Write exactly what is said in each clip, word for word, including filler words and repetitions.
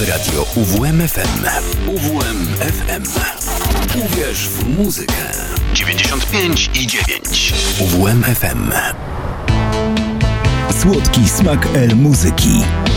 Radio U W M F M. U W M F M. Uwierz w muzykę. dziewięćdziesiąt pięć i dziewięć. U W M F M. Słodki smak El muzyki.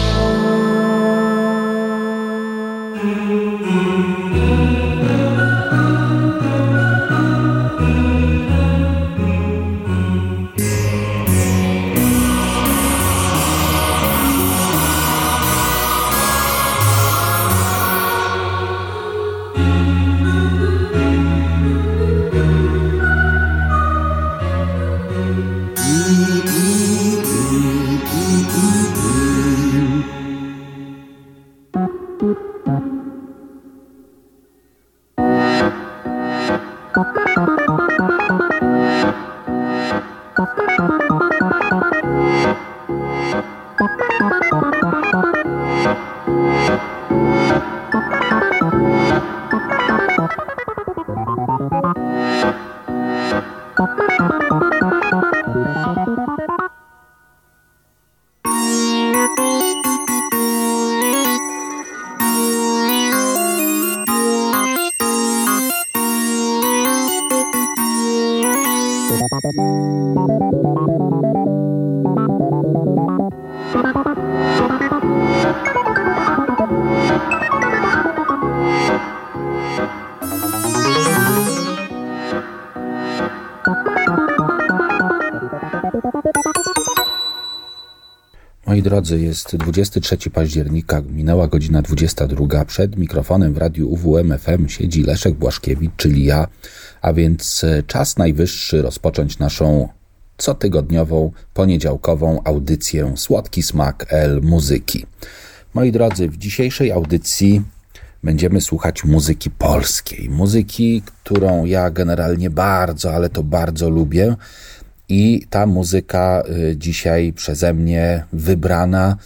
Moi drodzy, jest dwudziestego trzeciego października, minęła godzina dwudziesta druga. Przed mikrofonem w radiu U W M F M siedzi Leszek Błaszkiewicz, czyli ja, a więc czas najwyższy rozpocząć naszą cotygodniową, poniedziałkową audycję Słodki smak El muzyki. Moi drodzy, w dzisiejszej audycji będziemy słuchać muzyki polskiej. Muzyki, którą ja generalnie bardzo, ale to bardzo lubię. I ta muzyka dzisiaj przeze mnie wybrana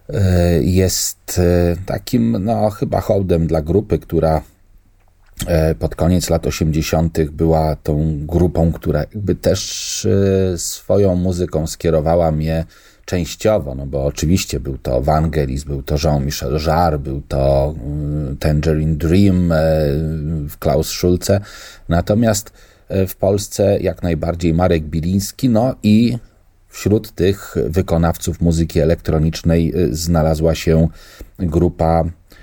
jest takim, no chyba hołdem dla grupy, która pod koniec lat osiemdziesiątych była tą grupą, która jakby też swoją muzyką skierowała mnie częściowo, no bo oczywiście był to Vangelis, był to Jean-Michel Jarre, był to Tangerine Dream, Klaus Schulze, natomiast w Polsce jak najbardziej Marek Biliński, no i wśród tych wykonawców muzyki elektronicznej znalazła się grupa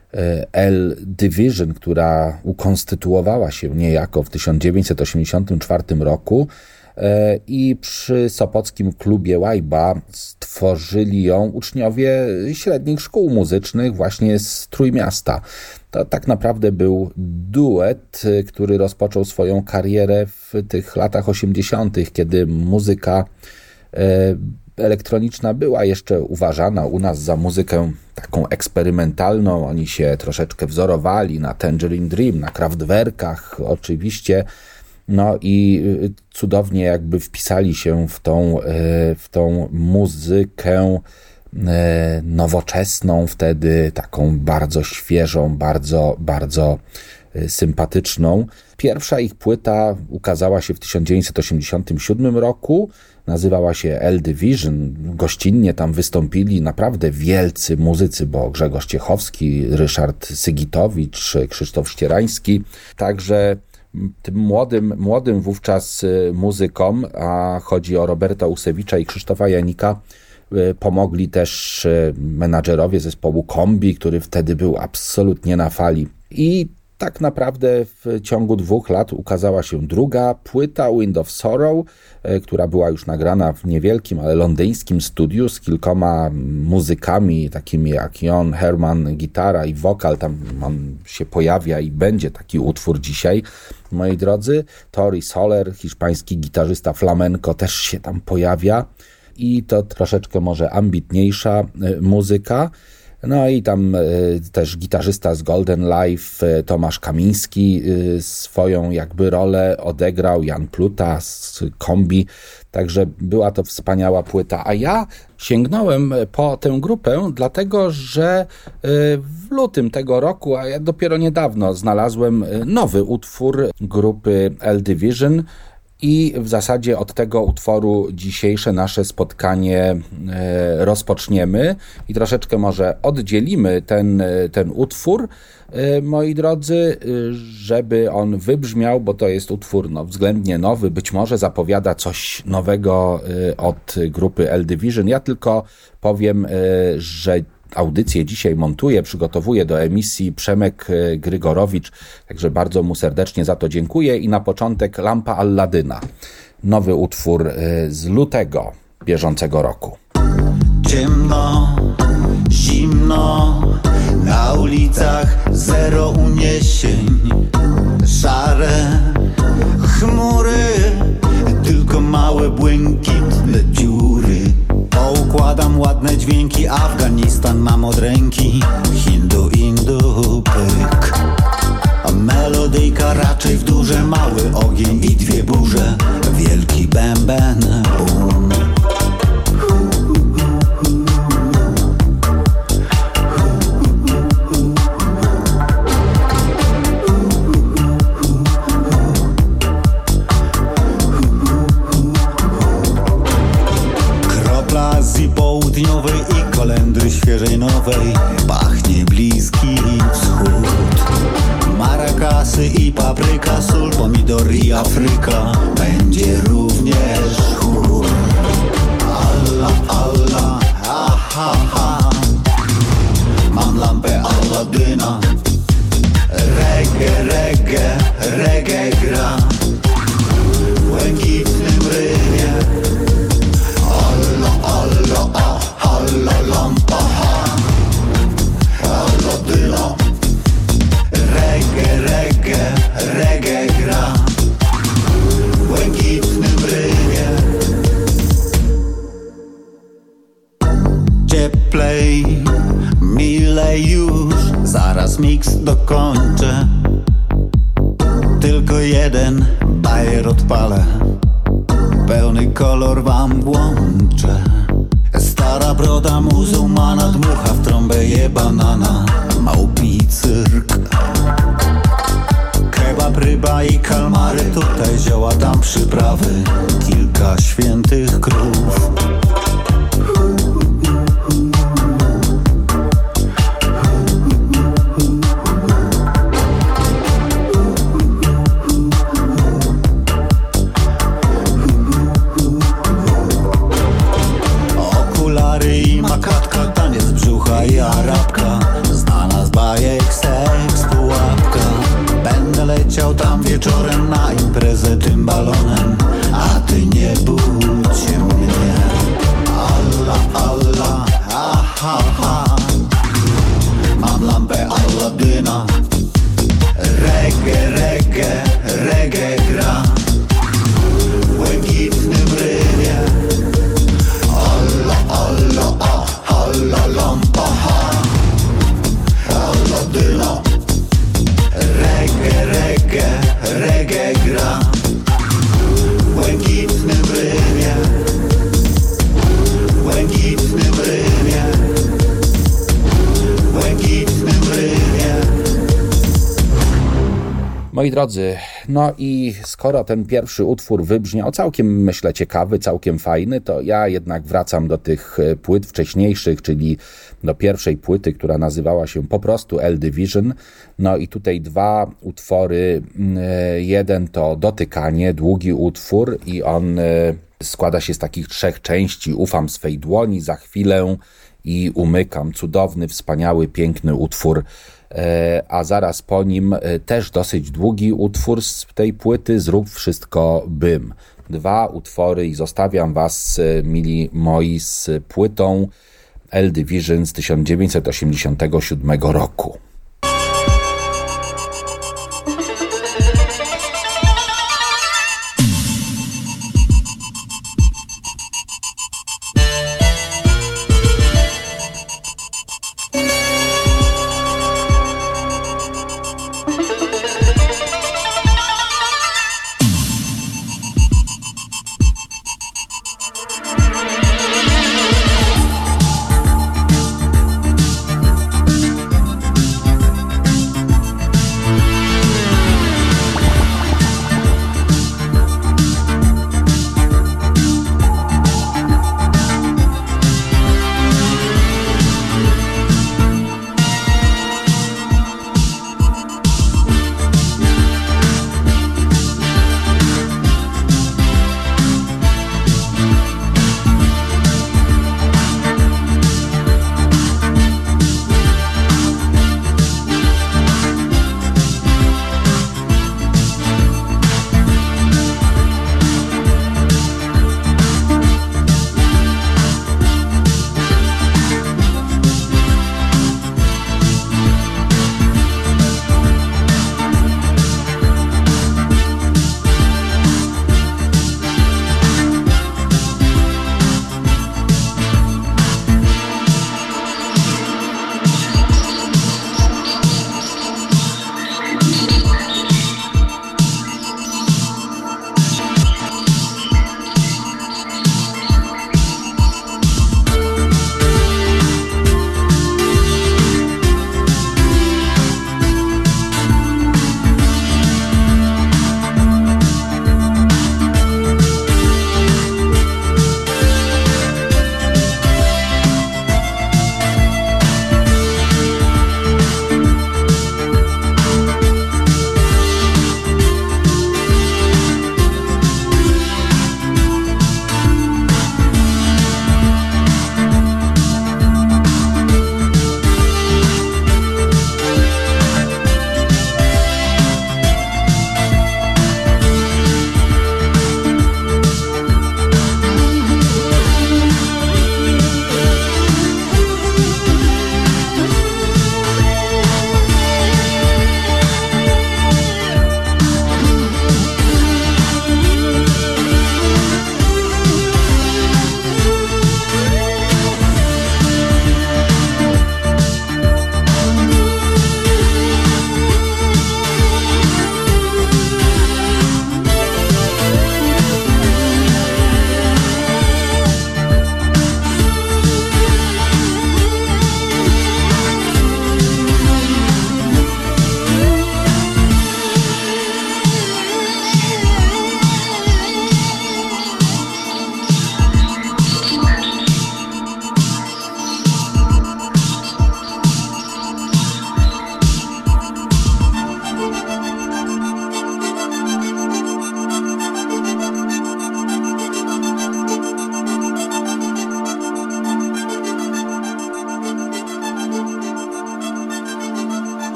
L Division, która ukonstytuowała się niejako w tysiąc dziewięćset osiemdziesiątym czwartym roku i przy Sopockim klubie Łajba stworzyli ją uczniowie średnich szkół muzycznych właśnie z Trójmiasta. To tak naprawdę był duet, który rozpoczął swoją karierę w tych latach osiemdziesiątych, kiedy muzyka elektroniczna była jeszcze uważana u nas za muzykę taką eksperymentalną. Oni się troszeczkę wzorowali na Tangerine Dream, na Kraftwerkach oczywiście, no i cudownie jakby wpisali się w tą, w tą muzykę nowoczesną, wtedy taką bardzo świeżą, bardzo, bardzo sympatyczną. Pierwsza ich płyta ukazała się w tysiąc dziewięćset osiemdziesiątym siódmym roku, nazywała się L Division. Gościnnie tam wystąpili naprawdę wielcy muzycy, bo Grzegorz Ciechowski, Ryszard Sygitowicz, Krzysztof Ścierański, także tym młodym, młodym wówczas muzykom, a chodzi o Roberta Usewicza i Krzysztofa Janika, pomogli też menadżerowie zespołu Kombi, który wtedy był absolutnie na fali. I tak naprawdę w ciągu dwóch lat ukazała się druga płyta, Wind of Sorrow, która była już nagrana w niewielkim, ale londyńskim studiu z kilkoma muzykami, takimi jak Jon Herman, gitara i wokal. Tam on się pojawia i będzie taki utwór dzisiaj, moi drodzy. Tori Soler, hiszpański gitarzysta flamenco, też się tam pojawia. I to troszeczkę może ambitniejsza muzyka. No i tam y, też gitarzysta z Golden Life, y, Tomasz Kamiński, y, swoją jakby rolę odegrał, Jan Pluta z Kombi, także była to wspaniała płyta. A ja sięgnąłem po tę grupę, dlatego że y, w lutym tego roku, a ja dopiero niedawno znalazłem nowy utwór grupy L Division, I w zasadzie od tego utworu dzisiejsze nasze spotkanie rozpoczniemy i troszeczkę może oddzielimy ten, ten utwór, moi drodzy, żeby on wybrzmiał, bo to jest utwór no, względnie nowy, być może zapowiada coś nowego od grupy L Division. Ja tylko powiem, że audycję dzisiaj montuje, przygotowuje do emisji Przemek Grygorowicz, także bardzo mu serdecznie za to dziękuję. I na początek Lampa Alladyna, nowy utwór z lutego bieżącego roku. Ciemno, zimno, na ulicach zero uniesień, szare chmury, tylko małe błękitne dziury. Poukładam ładne dźwięki, Afganistan mam od ręki, Hindu, Indu, pyk. A melodyjka raczej w duże, mały ogień i dwie burze, wielki bęben, bum. Azji Południowej i kolendry świeżej nowej, pachnie Bliski Wschód. Marakasy i papryka, sól, pomidor i Afryka, będzie również chór. Allah, Allah, ha, ha, ha. Mam lampę Alladyna, reggae, reggae, reggae gra w błękitnym rymie. Alla, ah, alla lampa, ha, Alladyna. Reggae, reggae, reggae gra w błękitnym rymie. Cieplej, milej już, zaraz miks dokończę. Tylko jeden bajer odpalę, pełny kolor wam włączę. Stara broda muzułmana dmucha w trąbę je banana, małpi cyrk. Kebab, ryba i kalmary, tutaj zioła, tam przyprawy, kilka świętych krów. Makatka, taniec brzucha i arabka, znana z bajek, seks, pułapka. Będę leciał tam wieczorem na imprezę tym balonem, a ty nie budź mnie. Allah, Allah, ha, ha, ha. Mam lampę Alladyna, reggae, reggae, reggae gra w błękitnym rymie. Allah, Allah, ah, alla lampa, ha, Alladyna. Reggae, reggae, reggae gra w błękitnym rymie, w błękitnym rymie, w błękitnym rymie. Moi drodzy, no i skoro ten pierwszy utwór wybrzmiał całkiem, myślę, ciekawy, całkiem fajny, to ja jednak wracam do tych płyt wcześniejszych, czyli do pierwszej płyty, która nazywała się po prostu L Division. No i tutaj dwa utwory. Jeden to Dotykanie, długi utwór i on składa się z takich trzech części. Ufam swej dłoni, Za chwilę i Umykam. Cudowny, wspaniały, piękny utwór. A zaraz po nim też dosyć długi utwór z tej płyty, Zrób wszystko bym. Dwa utwory i zostawiam was, mili moi, z płytą L Division z tysiąc dziewięćset osiemdziesiątego siódmego roku.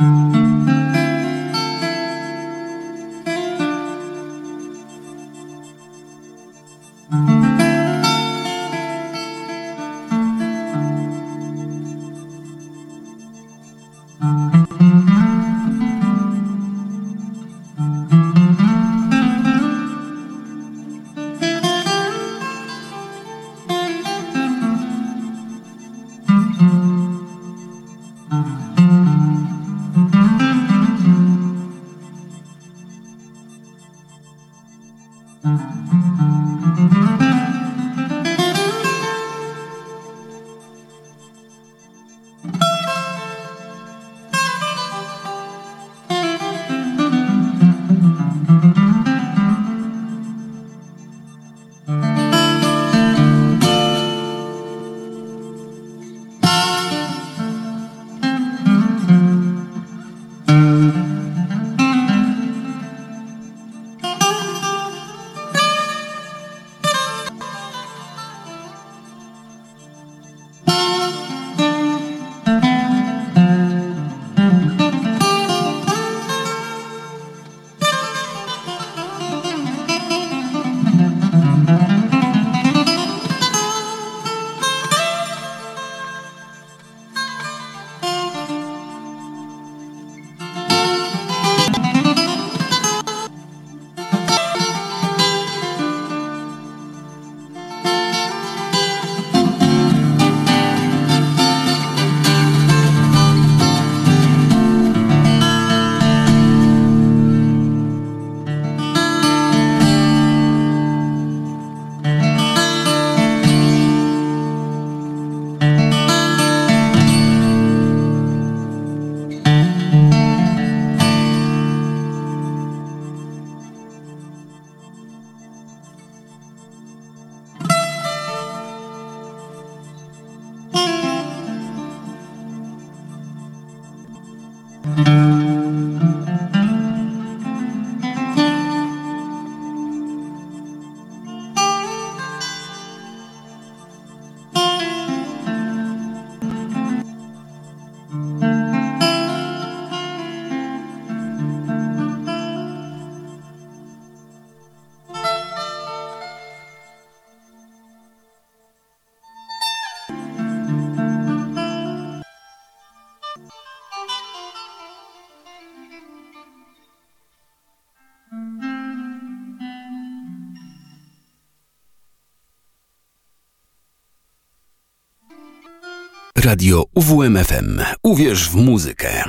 Radio U W M F M. Uwierz w muzykę.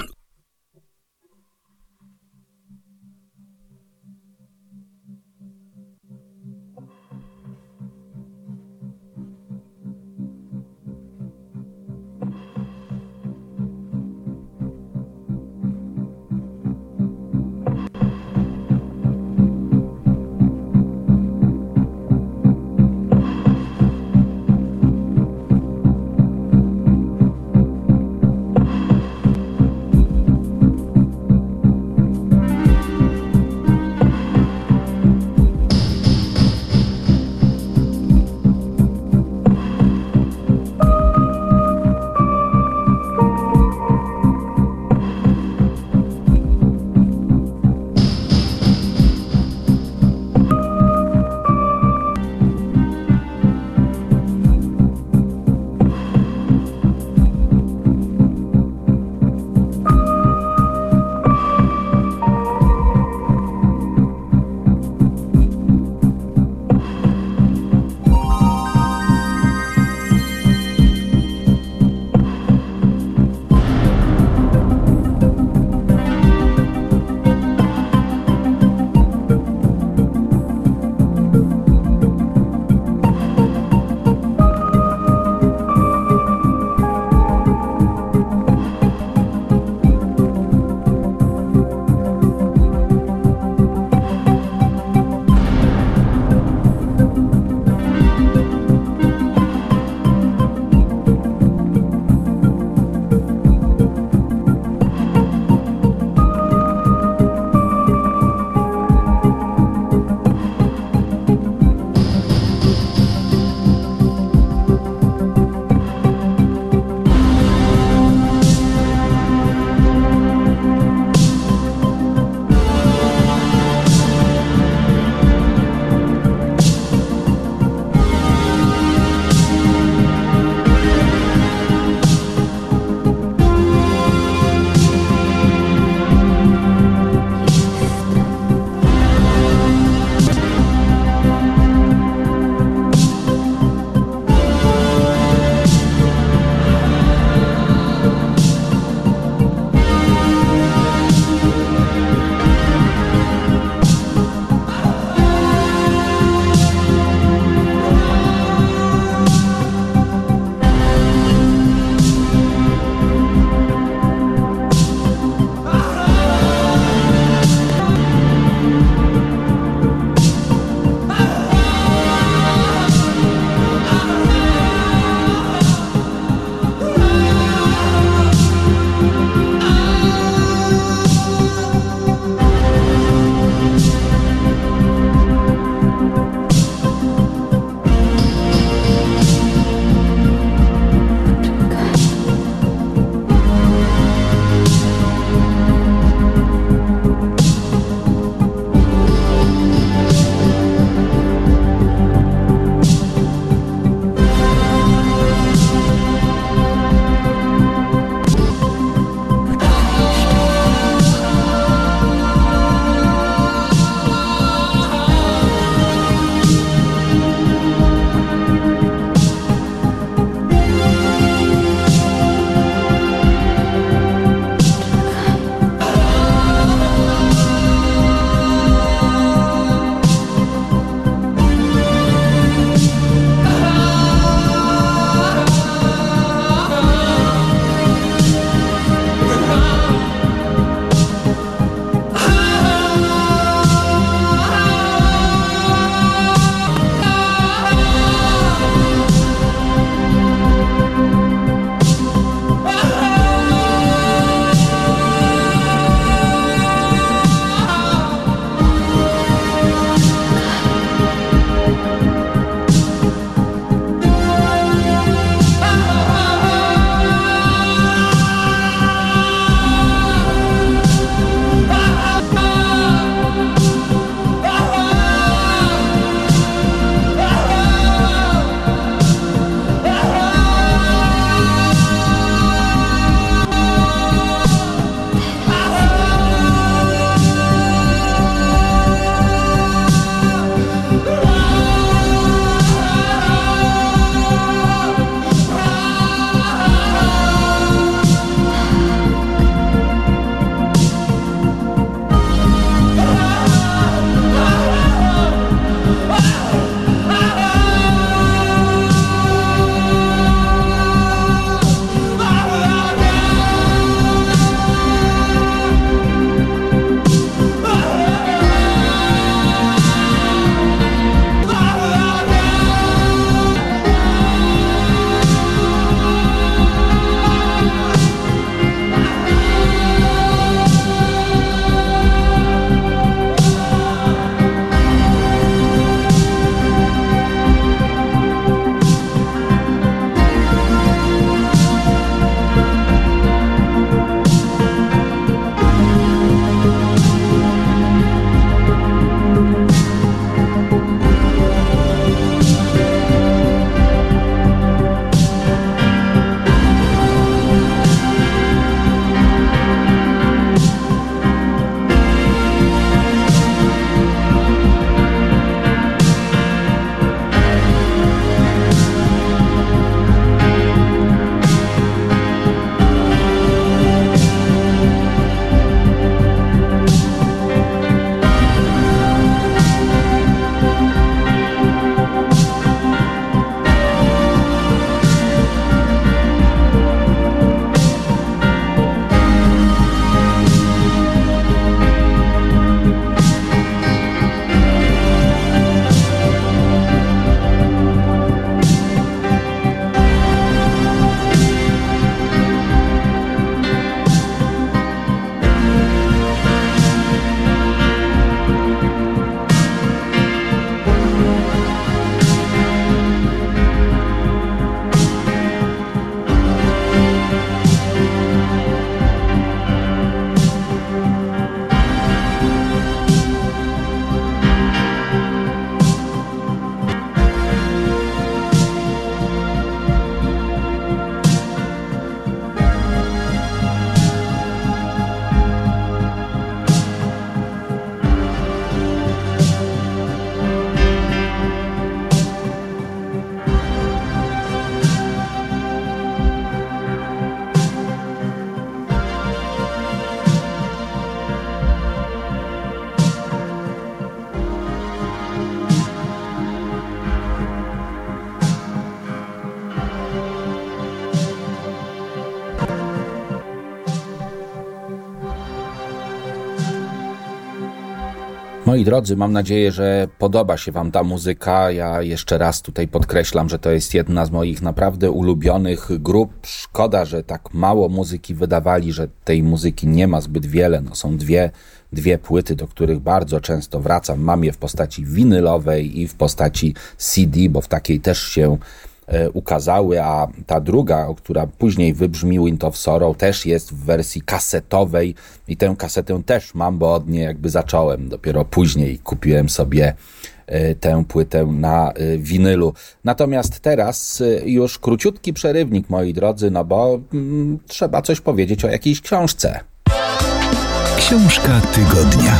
Moi drodzy, mam nadzieję, że podoba się wam ta muzyka. Ja jeszcze raz tutaj podkreślam, że to jest jedna z moich naprawdę ulubionych grup. Szkoda, że tak mało muzyki wydawali, że tej muzyki nie ma zbyt wiele. No, są dwie, dwie płyty, do których bardzo często wracam. Mam je w postaci winylowej i w postaci C D, bo w takiej też się ukazały, a ta druga, która później wybrzmi, Wind of Sorrow, też jest w wersji kasetowej i tę kasetę też mam, bo od niej jakby zacząłem. Dopiero później kupiłem sobie tę płytę na winylu. Natomiast teraz już króciutki przerywnik, moi drodzy, no bo mm, trzeba coś powiedzieć o jakiejś książce. Książka tygodnia.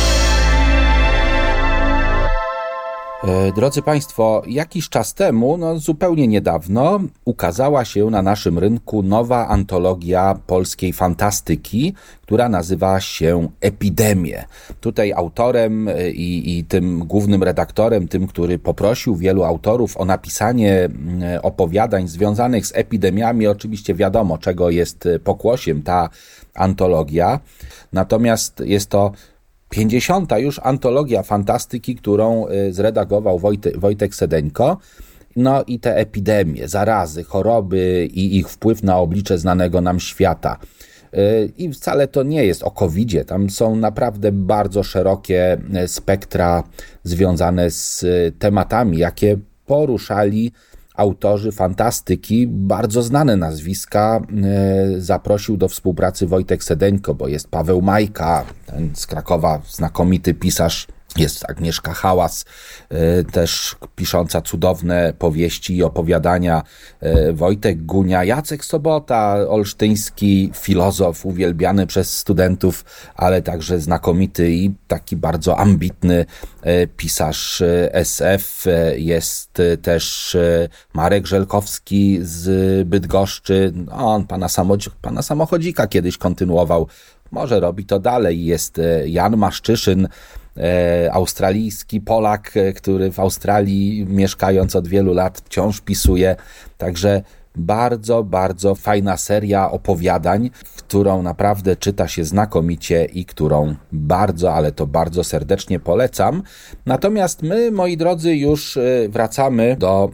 Drodzy Państwo, jakiś czas temu, no zupełnie niedawno, ukazała się na naszym rynku nowa antologia polskiej fantastyki, która nazywa się Epidemie. Tutaj autorem i, i tym głównym redaktorem, tym, który poprosił wielu autorów o napisanie opowiadań związanych z epidemiami, oczywiście wiadomo, czego jest pokłosiem ta antologia, natomiast jest to pięćdziesiąta już antologia fantastyki, którą zredagował Wojtek, Wojtek Sedeńko. No i te epidemie, zarazy, choroby i ich wpływ na oblicze znanego nam świata. I wcale to nie jest o kowidzie, tam są naprawdę bardzo szerokie spektra związane z tematami, jakie poruszali autorzy fantastyki, bardzo znane nazwiska zaprosił do współpracy Wojtek Sedeńko, bo jest Paweł Majka, ten z Krakowa znakomity pisarz, jest Agnieszka Hałas, też pisząca cudowne powieści i opowiadania, Wojtek Gunia, Jacek Sobota, olsztyński filozof uwielbiany przez studentów, ale także znakomity i taki bardzo ambitny pisarz S F. Jest też Marek Żelkowski z Bydgoszczy. On pana, samochodzi- pana samochodzika kiedyś kontynuował. Może robi to dalej. Jest Jan Maszczyszyn, australijski Polak, który w Australii mieszkając od wielu lat wciąż pisuje. Także bardzo, bardzo fajna seria opowiadań, którą naprawdę czyta się znakomicie i którą bardzo, ale to bardzo serdecznie polecam. Natomiast my, moi drodzy, już wracamy do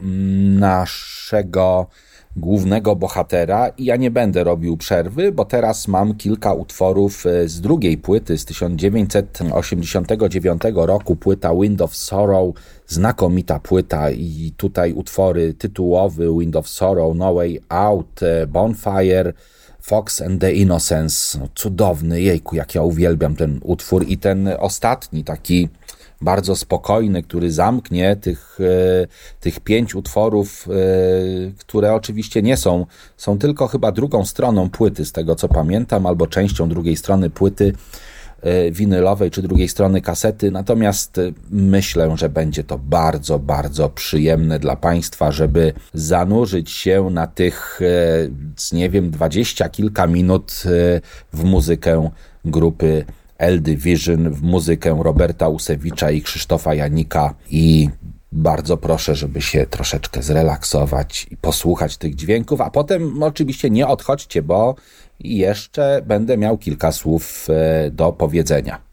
naszego głównego bohatera i ja nie będę robił przerwy, bo teraz mam kilka utworów z drugiej płyty z tysiąc dziewięćset osiemdziesiątego dziewiątego roku, płyta Wind of Sorrow, znakomita płyta i tutaj utwory tytułowy Wind of Sorrow, No Way Out, Bonfire, Fox and the Innocence, no, cudowny, jejku, jak ja uwielbiam ten utwór i ten ostatni taki bardzo spokojny, który zamknie tych, tych pięć utworów, które oczywiście nie są, są tylko chyba drugą stroną płyty, z tego co pamiętam, albo częścią drugiej strony płyty winylowej, czy drugiej strony kasety, natomiast myślę, że będzie to bardzo, bardzo przyjemne dla Państwa, żeby zanurzyć się na tych, nie wiem, dwadzieścia kilka minut w muzykę grupy L Division, w muzykę Roberta Usewicza i Krzysztofa Janika i bardzo proszę, żeby się troszeczkę zrelaksować i posłuchać tych dźwięków, a potem oczywiście nie odchodźcie, bo jeszcze będę miał kilka słów do powiedzenia.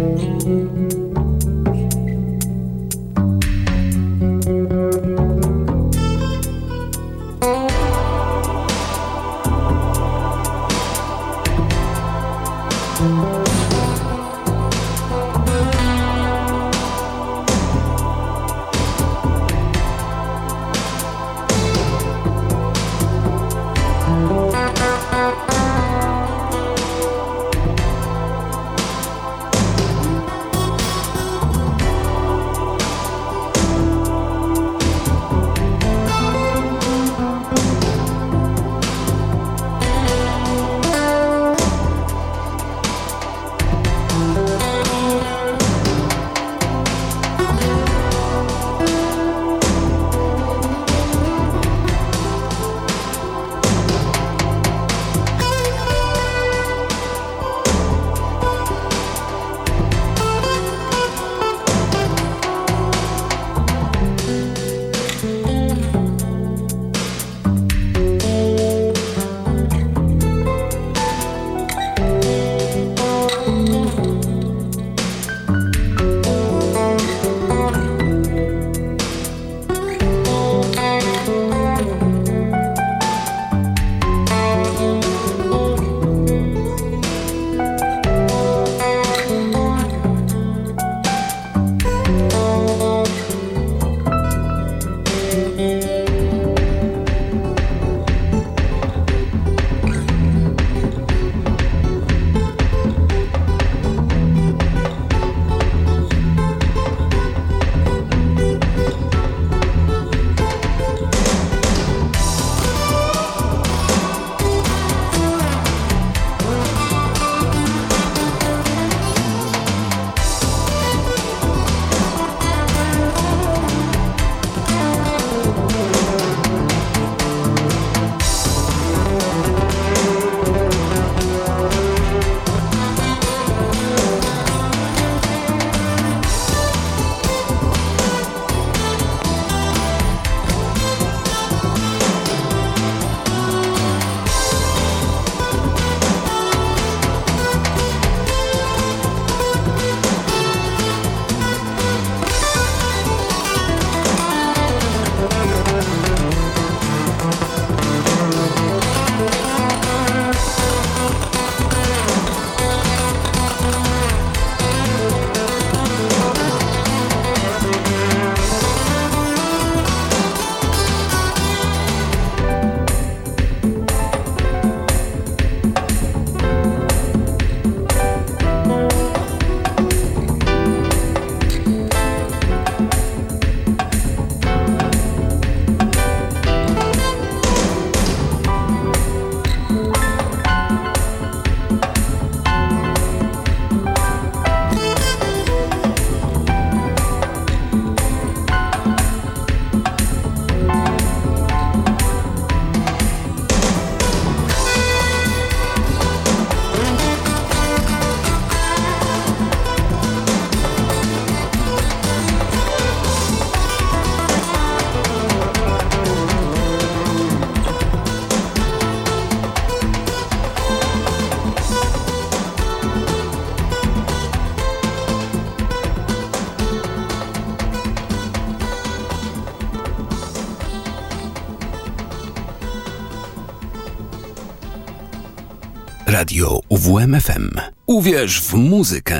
Radio U W M F M. Uwierz w muzykę.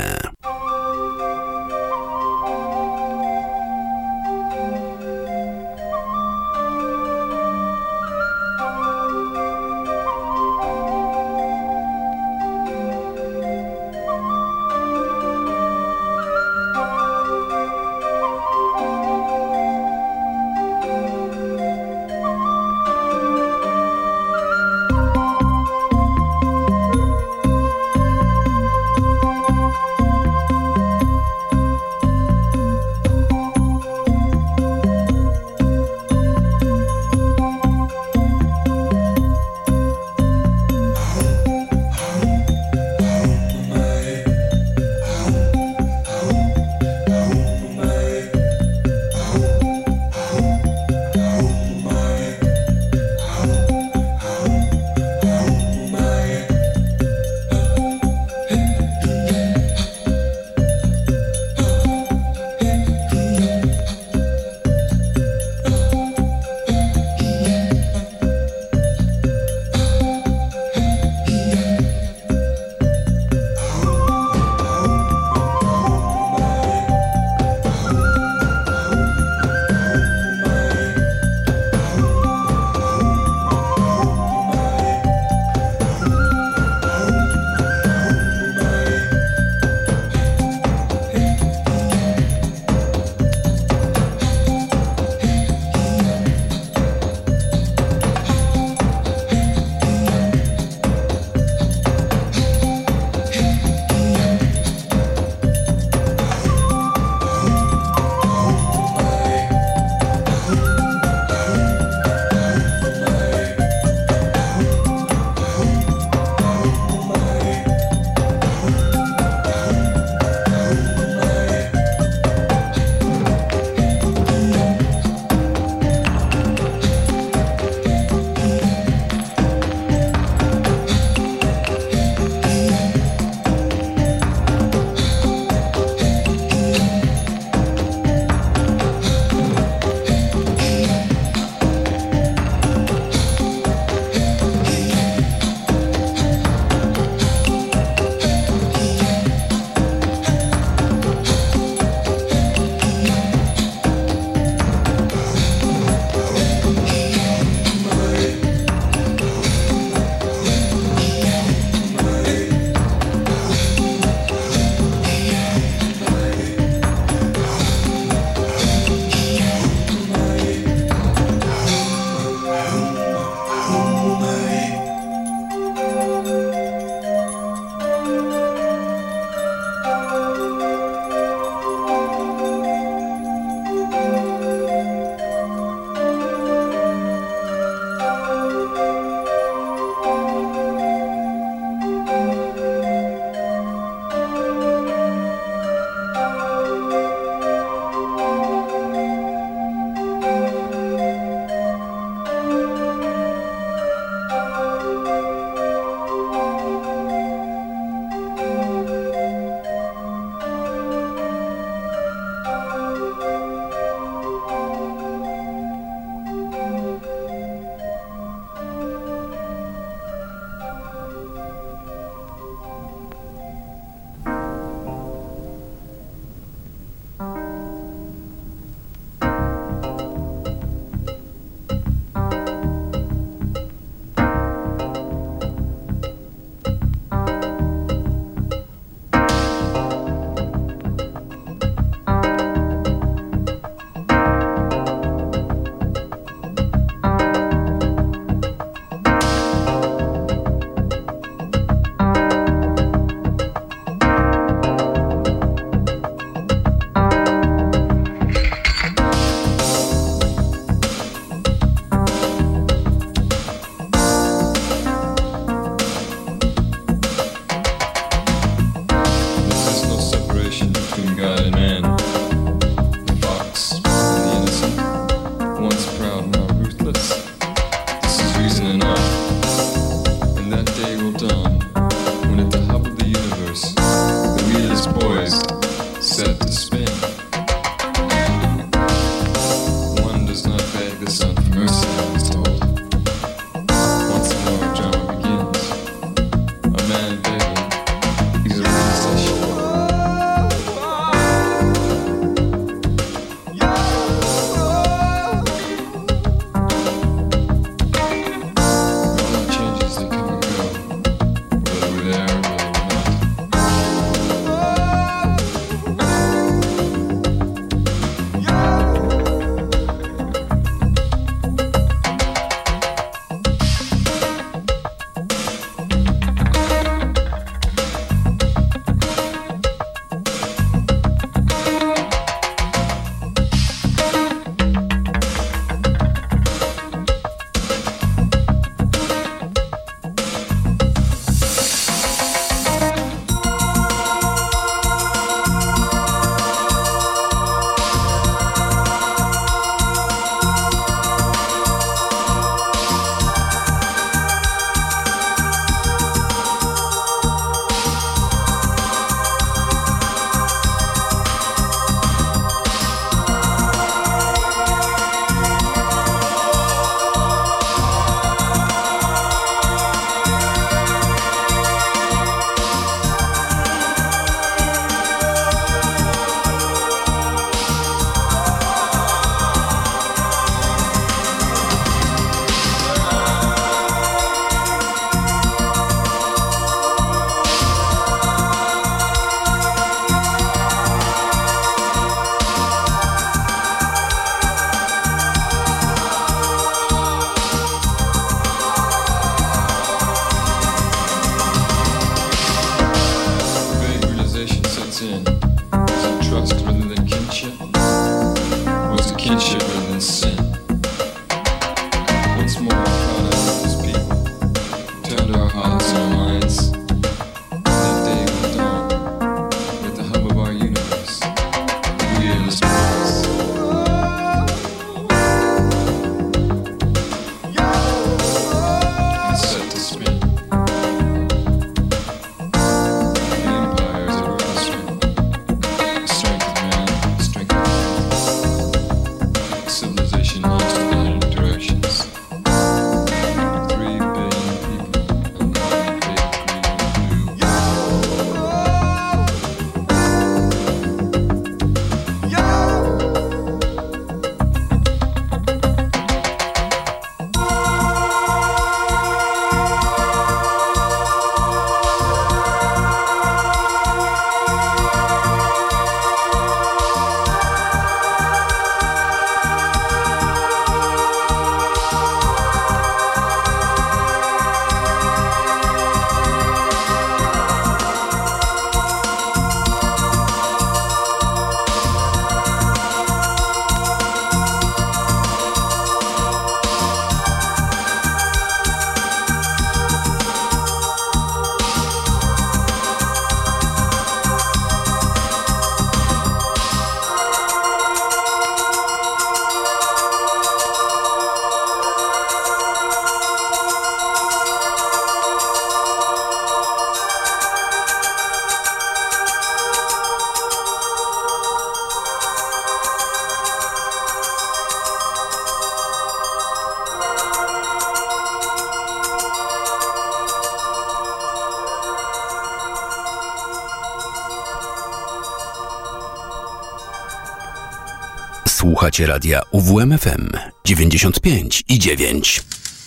Słuchacie radia U W M F M dziewięćdziesiąt pięć i dziewięć.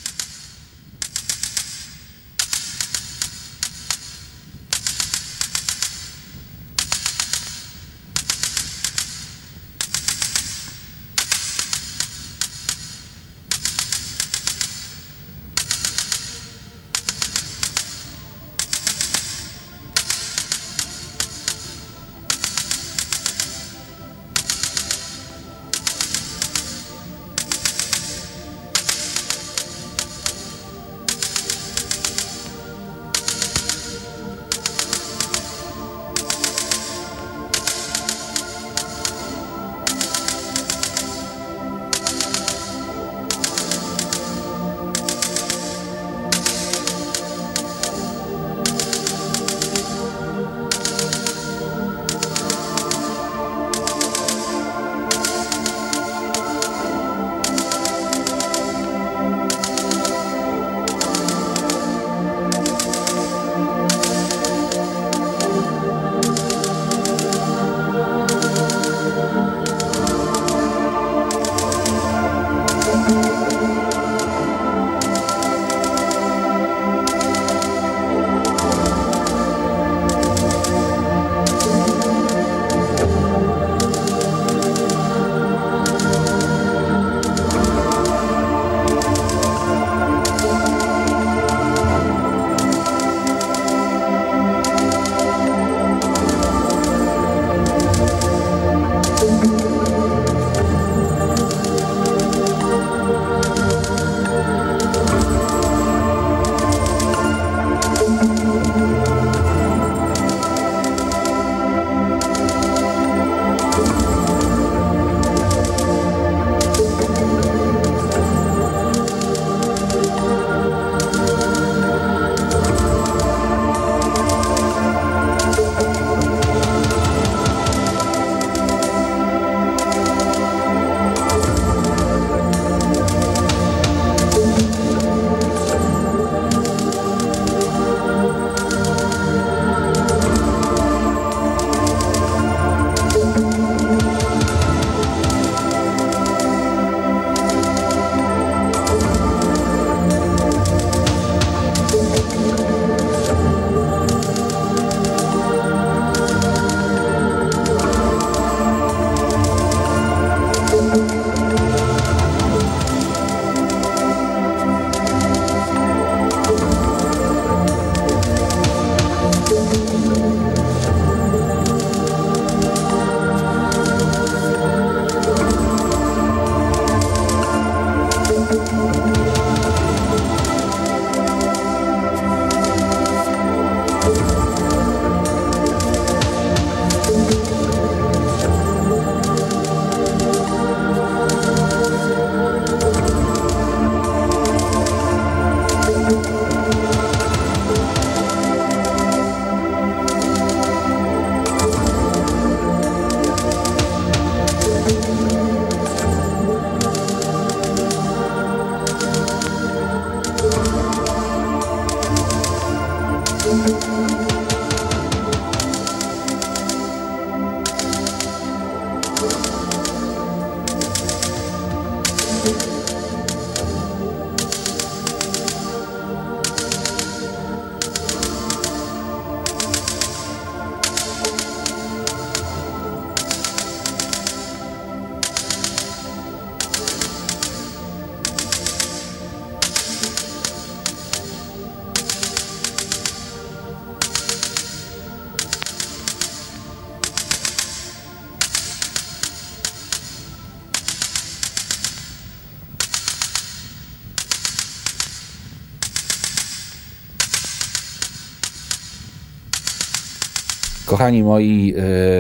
Kochani moi,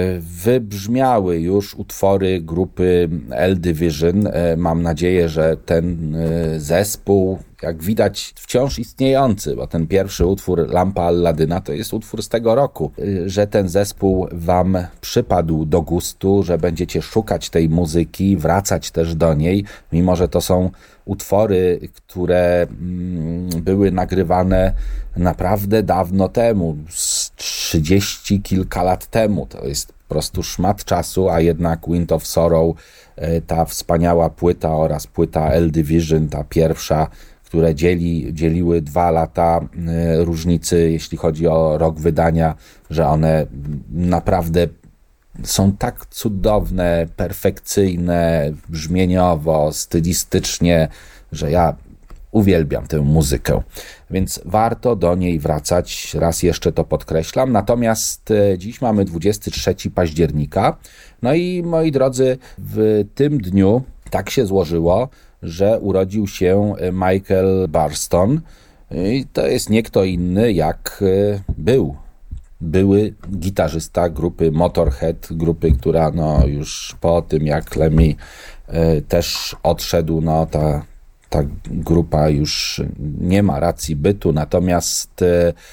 wybrzmiały już utwory grupy L Division. Mam nadzieję, że ten zespół jak widać wciąż istniejący, bo ten pierwszy utwór Lampa Alladyna to jest utwór z tego roku, że ten zespół wam przypadł do gustu, że będziecie szukać tej muzyki, wracać też do niej, mimo że to są utwory, które były nagrywane naprawdę dawno temu, z trzydzieści kilka lat temu. To jest po prostu szmat czasu, a jednak Wind of Sorrow, ta wspaniała płyta oraz płyta L Division, ta pierwsza, które dzieli, dzieliły dwa lata różnicy, jeśli chodzi o rok wydania, że one naprawdę są tak cudowne, perfekcyjne, brzmieniowo, stylistycznie, że ja uwielbiam tę muzykę, więc warto do niej wracać, raz jeszcze to podkreślam. Natomiast dziś mamy dwudziestego trzeciego października, no i moi drodzy, w tym dniu tak się złożyło, że urodził się Michael Barston i to jest nie kto inny jak był były gitarzysta grupy Motorhead, grupy, która no już po tym jak Lemmy y, też odszedł, no ta, ta grupa już nie ma racji bytu, natomiast y,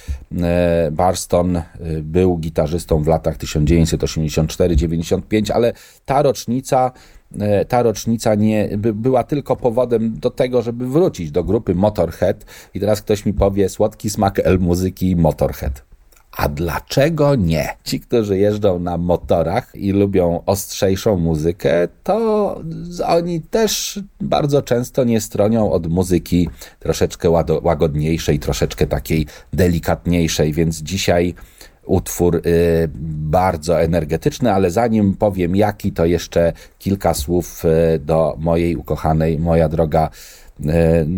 y, Barston y, był gitarzystą w latach tysiąc dziewięćset osiemdziesiąt cztery dziewięćdziesiąt pięć, ale ta rocznica Ta rocznica nie by, była tylko powodem do tego, żeby wrócić do grupy Motorhead i teraz ktoś mi powie, słodki smak el-muzyki Motorhead. A dlaczego nie? Ci, którzy jeżdżą na motorach i lubią ostrzejszą muzykę, to oni też bardzo często nie stronią od muzyki troszeczkę łagodniejszej, troszeczkę takiej delikatniejszej, więc dzisiaj utwór y, bardzo energetyczny, ale zanim powiem jaki, to jeszcze kilka słów y, do mojej ukochanej, moja droga, y,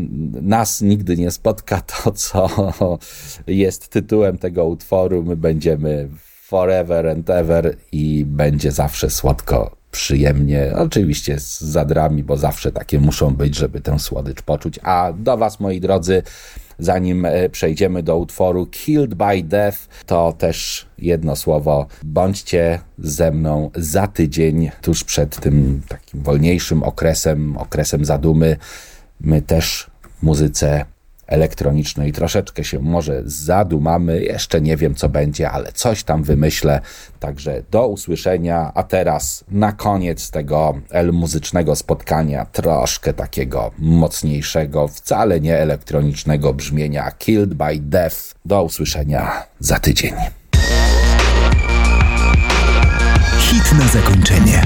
nas nigdy nie spotka to, co jest tytułem tego utworu. My będziemy forever and ever i będzie zawsze słodko, przyjemnie, oczywiście z zadrami, bo zawsze takie muszą być, żeby tę słodycz poczuć. A do was, moi drodzy, zanim przejdziemy do utworu Killed by Death, to też jedno słowo, bądźcie ze mną za tydzień, tuż przed tym takim wolniejszym okresem, okresem zadumy. My też w muzyce elektronicznej troszeczkę się może zadumamy, jeszcze nie wiem co będzie, ale coś tam wymyślę, także do usłyszenia, a teraz na koniec tego el-muzycznego spotkania troszkę takiego mocniejszego, wcale nie elektronicznego brzmienia Killed by Death. Do usłyszenia za tydzień. Hit na zakończenie.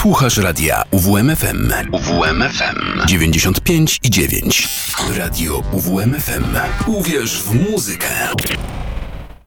Słuchasz radia U W M F M. U W M F M dziewięćdziesiąt pięć i dziewięć. Radio U W M F M. Uwierz w muzykę.